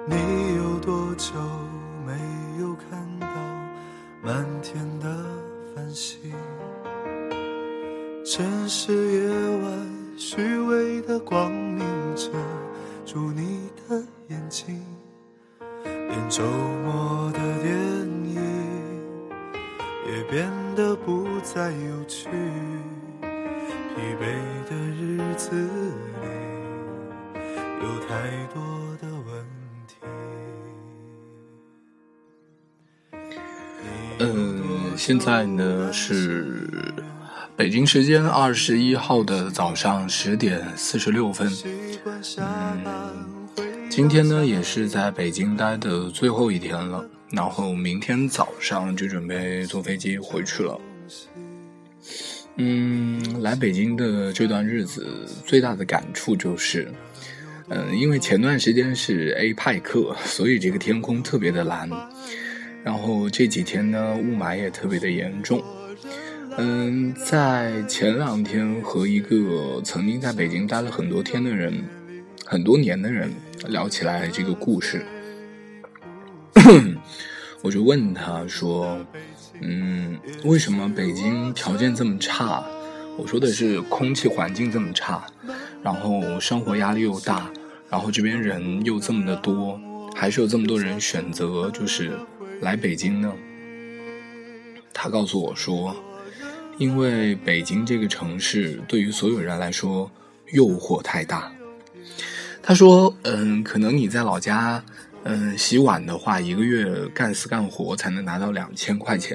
你有多久没有看到满天的繁星？城市夜晚虚伪的光明遮住你的眼睛，连周末的电影也变得不再有趣，疲惫的日子里有太多的问题。 现在呢是北京时间21号的早上10点46分。今天呢也是在北京待的最后一天了，然后明天早上就准备坐飞机回去了。来北京的这段日子最大的感触就是因为前段时间是 A 派克，所以这个天空特别的蓝，然后这几天呢雾霾也特别的严重。在前2天和一个曾经在北京待了很多年的人聊起来这个故事，我就问他说为什么北京条件这么差？我说的是空气环境这么差，然后生活压力又大，然后这边人又这么的多，还是有这么多人选择就是来北京呢？他告诉我说，因为北京这个城市对于所有人来说诱惑太大。他说可能你在老家洗碗的话1个月干死干活才能拿到2000块钱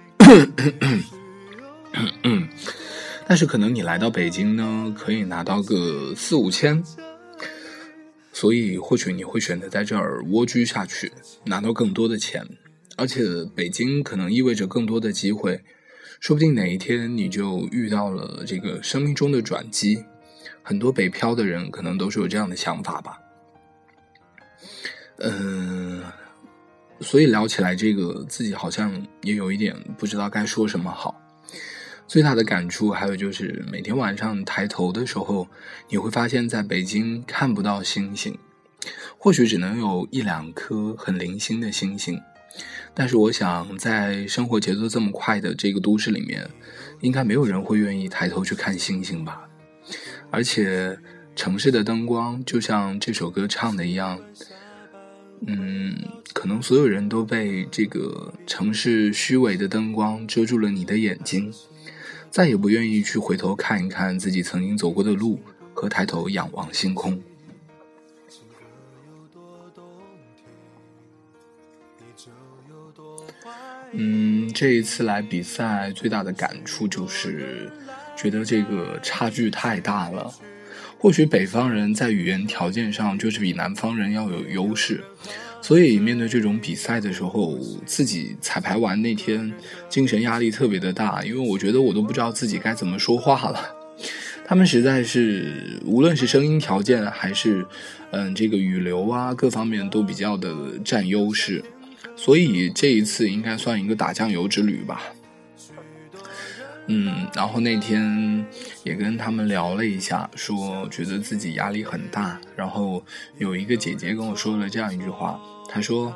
但是可能你来到北京呢可以拿到个4-5千，所以或许你会选择在这儿蜗居下去，拿到更多的钱，而且北京可能意味着更多的机会，说不定哪一天你就遇到了这个生命中的转机。很多北漂的人可能都是有这样的想法吧。所以聊起来这个自己好像也有一点不知道该说什么好。最大的感触还有就是每天晚上抬头的时候，你会发现在北京看不到星星，或许只能有1-2颗很零星的星星，但是我想在生活节奏这么快的这个都市里面，应该没有人会愿意抬头去看星星吧。而且城市的灯光就像这首歌唱的一样，可能所有人都被这个城市虚伪的灯光遮住了你的眼睛，再也不愿意去回头看一看自己曾经走过的路和抬头仰望星空。这一次来比赛最大的感触就是觉得这个差距太大了。或许北方人在语言条件上就是比南方人要有优势，所以面对这种比赛的时候，自己彩排完那天精神压力特别的大，因为我觉得我都不知道自己该怎么说话了。他们实在是无论是声音条件还是这个语流啊各方面都比较的占优势，所以这一次应该算一个打酱油之旅吧。然后那天也跟他们聊了一下，说觉得自己压力很大，然后有一个姐姐跟我说了这样一句话，她说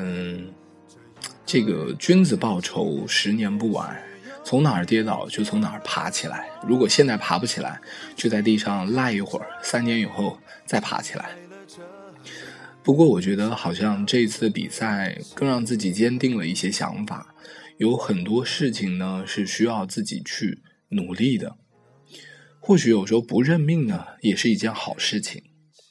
这个君子报仇10年不晚，从哪儿跌倒就从哪儿爬起来，如果现在爬不起来，就在地上赖一会儿，3年以后再爬起来。不过我觉得好像这一次的比赛更让自己坚定了一些想法，有很多事情呢是需要自己去努力的，或许有时候不认命呢也是一件好事情。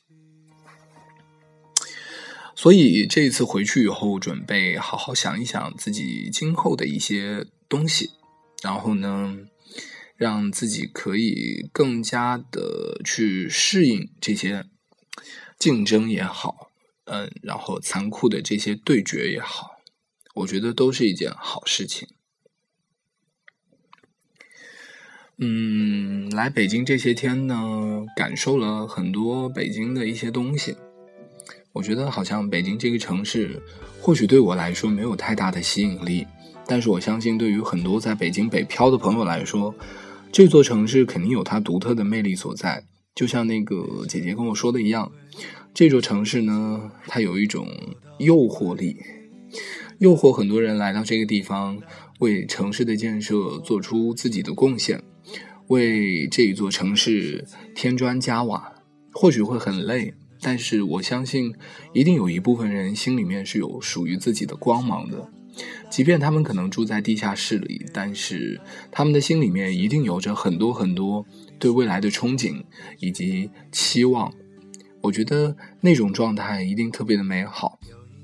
所以这一次回去以后准备好好想一想自己今后的一些东西，然后呢让自己可以更加的去适应这些竞争也好，然后残酷的这些对决也好，我觉得都是一件好事情。来北京这些天呢，感受了很多北京的一些东西。我觉得好像北京这个城市，或许对我来说没有太大的吸引力，但是我相信对于很多在北京北漂的朋友来说，这座城市肯定有它独特的魅力所在。就像那个姐姐跟我说的一样， 这座城市呢，它有一种诱惑力，诱惑很多人来到这个地方，为城市的建设做出自己的贡献，为这一座城市添砖加瓦。或许会很累，但是我相信一定有一部分人心里面是有属于自己的光芒的，即便他们可能住在地下室里，但是他们的心里面一定有着很多很多对未来的憧憬以及期望。我觉得那种状态一定特别的美好。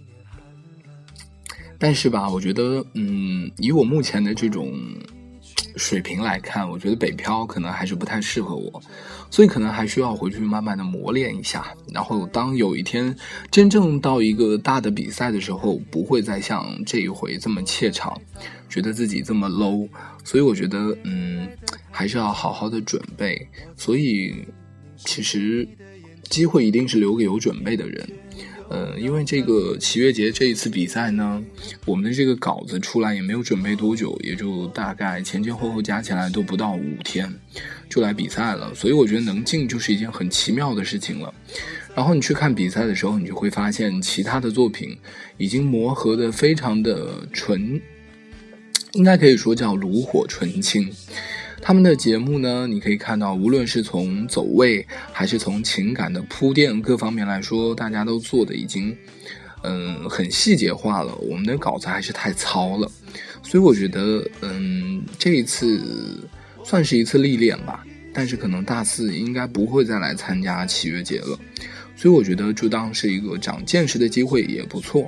但是吧，我觉得以我目前的这种水平来看，我觉得北漂可能还是不太适合我，所以可能还需要回去慢慢的磨练一下，然后当有一天真正到一个大的比赛的时候，不会再像这一回这么怯场，觉得自己这么 low。 所以我觉得还是要好好的准备，所以其实机会一定是留给有准备的人。因为这个祈月节这一次比赛呢，我们的这个稿子出来也没有准备多久，也就大概前前后后加起来都不到5天就来比赛了，所以我觉得能进就是一件很奇妙的事情了。然后你去看比赛的时候，你就会发现其他的作品已经磨合得非常的纯，应该可以说叫炉火纯青。他们的节目呢，你可以看到无论是从走位还是从情感的铺垫各方面来说，大家都做的已经很细节化了，我们的稿子还是太糙了。所以我觉得这一次算是一次历练吧，但是可能大四应该不会再来参加祈月节了，所以我觉得就当是一个长见识的机会也不错。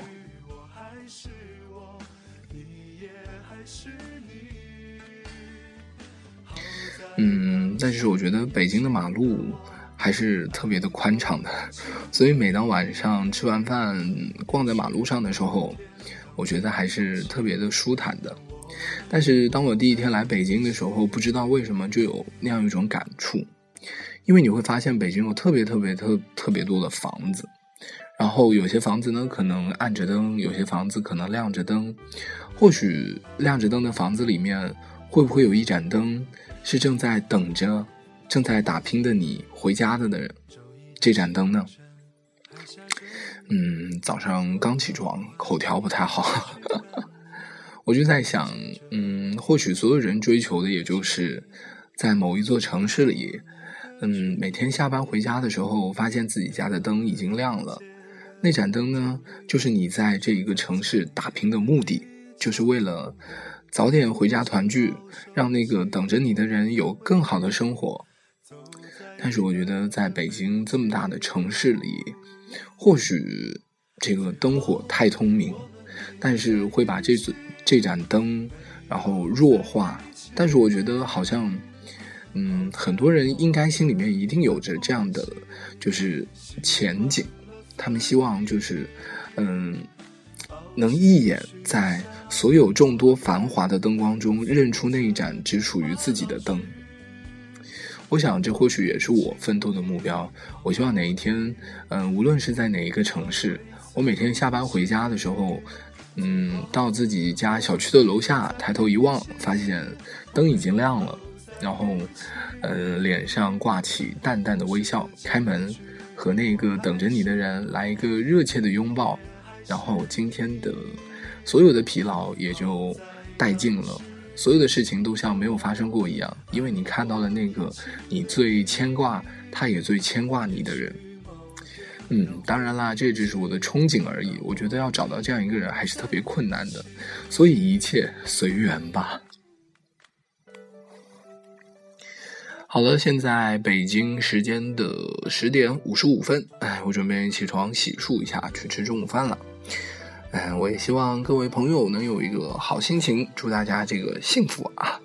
但是我觉得北京的马路还是特别的宽敞的，所以每当晚上吃完饭逛在马路上的时候，我觉得还是特别的舒坦的。但是当我第一天来北京的时候，不知道为什么就有那样一种感触，因为你会发现北京有特别多的房子，然后有些房子呢可能暗着灯，有些房子可能亮着灯，或许亮着灯的房子里面会不会有一盏灯是正在等着正在打拼的你回家的人，这盏灯呢早上刚起床，口条不太好我就在想或许所有人追求的也就是在某一座城市里每天下班回家的时候，发现自己家的灯已经亮了，那盏灯呢就是你在这一个城市打拼的目的，就是为了早点回家团聚，让那个等着你的人有更好的生活。但是我觉得在北京这么大的城市里，或许这个灯火太通明，但是会把这盏灯然后弱化。但是我觉得好像很多人应该心里面一定有着这样的就是前景，他们希望就是能一眼在所有众多繁华的灯光中认出那一盏只属于自己的灯。我想这或许也是我奋斗的目标。我希望哪一天无论是在哪一个城市，我每天下班回家的时候到自己家小区的楼下，抬头一望，发现灯已经亮了，然后脸上挂起淡淡的微笑，开门和那个等着你的人来一个热切的拥抱，然后今天的所有的疲劳也就殆尽了，所有的事情都像没有发生过一样，因为你看到了那个你最牵挂，他也最牵挂你的人。当然啦，这只是我的憧憬而已，我觉得要找到这样一个人还是特别困难的，所以一切随缘吧。好了，现在北京时间的10点55分，我准备起床洗漱一下去吃中午饭了。我也希望各位朋友能有一个好心情，祝大家这个幸福啊。